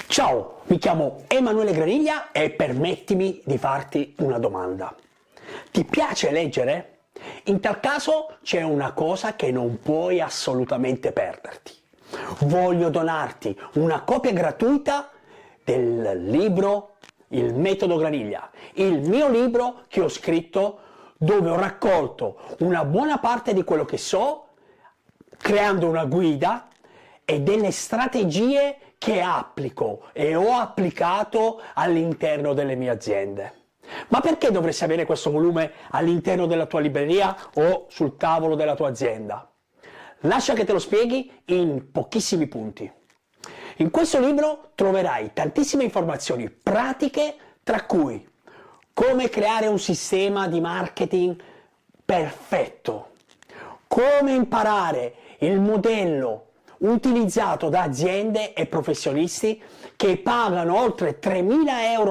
Ciao, mi chiamo Emanuele Graniglia e permettimi di farti una domanda. Ti piace leggere? In tal caso c'è una cosa che non puoi assolutamente perderti. Voglio donarti una copia gratuita del libro Il metodo Graniglia, il mio libro che ho scritto dove ho raccolto una buona parte di quello che so, creando una guida e delle strategie che applico e ho applicato all'interno delle mie aziende. Ma perché dovresti avere questo volume all'interno della tua libreria o sul tavolo della tua azienda? Lascia che te lo spieghi in pochissimi punti. In questo libro troverai tantissime informazioni pratiche, tra cui come creare un sistema di marketing perfetto, come imparare il modello utilizzato da aziende e professionisti che pagano oltre 3.000 euro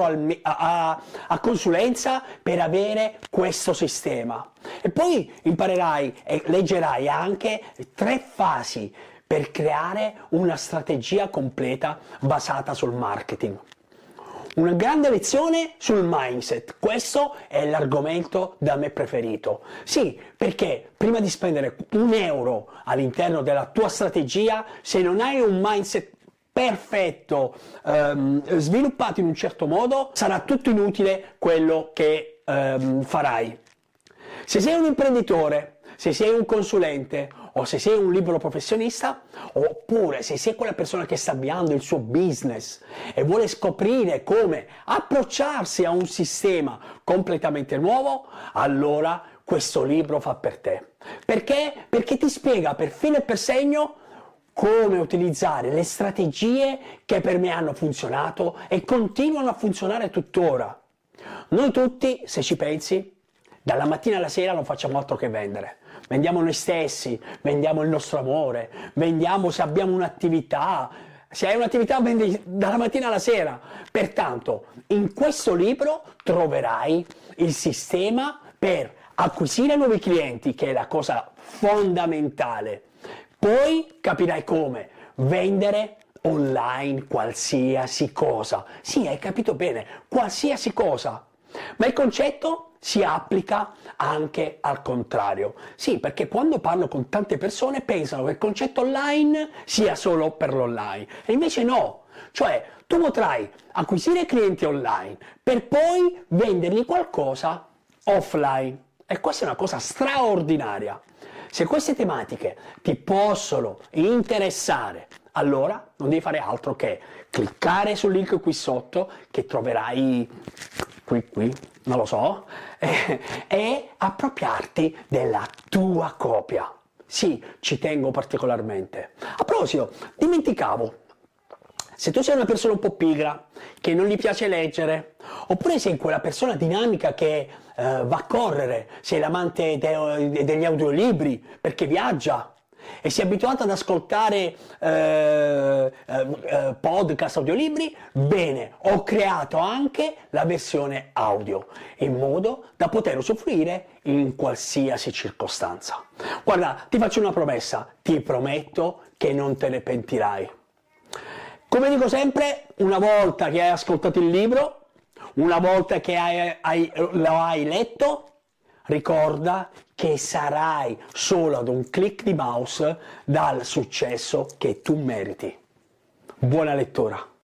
a consulenza per avere questo sistema. E poi imparerai e leggerai anche 3 fasi per creare una strategia completa basata sul marketing. Una grande lezione sul mindset, questo è l'argomento da me preferito. Sì, perché prima di spendere €1 all'interno della tua strategia, se non hai un mindset perfetto, sviluppato in un certo modo, sarà tutto inutile quello che farai. Se sei un imprenditore, se sei un consulente o se sei un libero professionista, oppure se sei quella persona che sta avviando il suo business e vuole scoprire come approcciarsi a un sistema completamente nuovo, allora questo libro fa per te. Perché? Perché ti spiega per filo e per segno come utilizzare le strategie che per me hanno funzionato e continuano a funzionare tuttora. Noi tutti, se ci pensi, dalla mattina alla sera non facciamo altro che vendere. Vendiamo noi stessi, vendiamo il nostro amore, vendiamo se abbiamo un'attività. Se hai un'attività vendi dalla mattina alla sera. Pertanto, in questo libro troverai il sistema per acquisire nuovi clienti, che è la cosa fondamentale. Poi capirai come vendere online qualsiasi cosa. Sì, hai capito bene, qualsiasi cosa. Ma il concetto si applica anche al contrario. Sì, perché quando parlo con tante persone pensano che il concetto online sia solo per l'online. E invece no. Cioè, tu potrai acquisire clienti online per poi vendergli qualcosa offline. E questa è una cosa straordinaria. Se queste tematiche ti possono interessare, allora non devi fare altro che cliccare sul link qui sotto che troverai qui, non lo so, e appropriarti della tua copia. Sì, ci tengo particolarmente. A proposito, dimenticavo, se tu sei una persona un po' pigra, che non gli piace leggere, oppure sei quella persona dinamica che va a correre, sei l'amante degli audiolibri perché viaggia, e si è abituato ad ascoltare podcast, audiolibri, bene, ho creato anche la versione audio, in modo da poter usufruire in qualsiasi circostanza. Guarda, ti faccio una promessa, ti prometto che non te ne pentirai. Come dico sempre, una volta che hai ascoltato il libro, una volta che lo hai letto, ricorda che sarai solo ad un click di mouse dal successo che tu meriti. Buona lettura!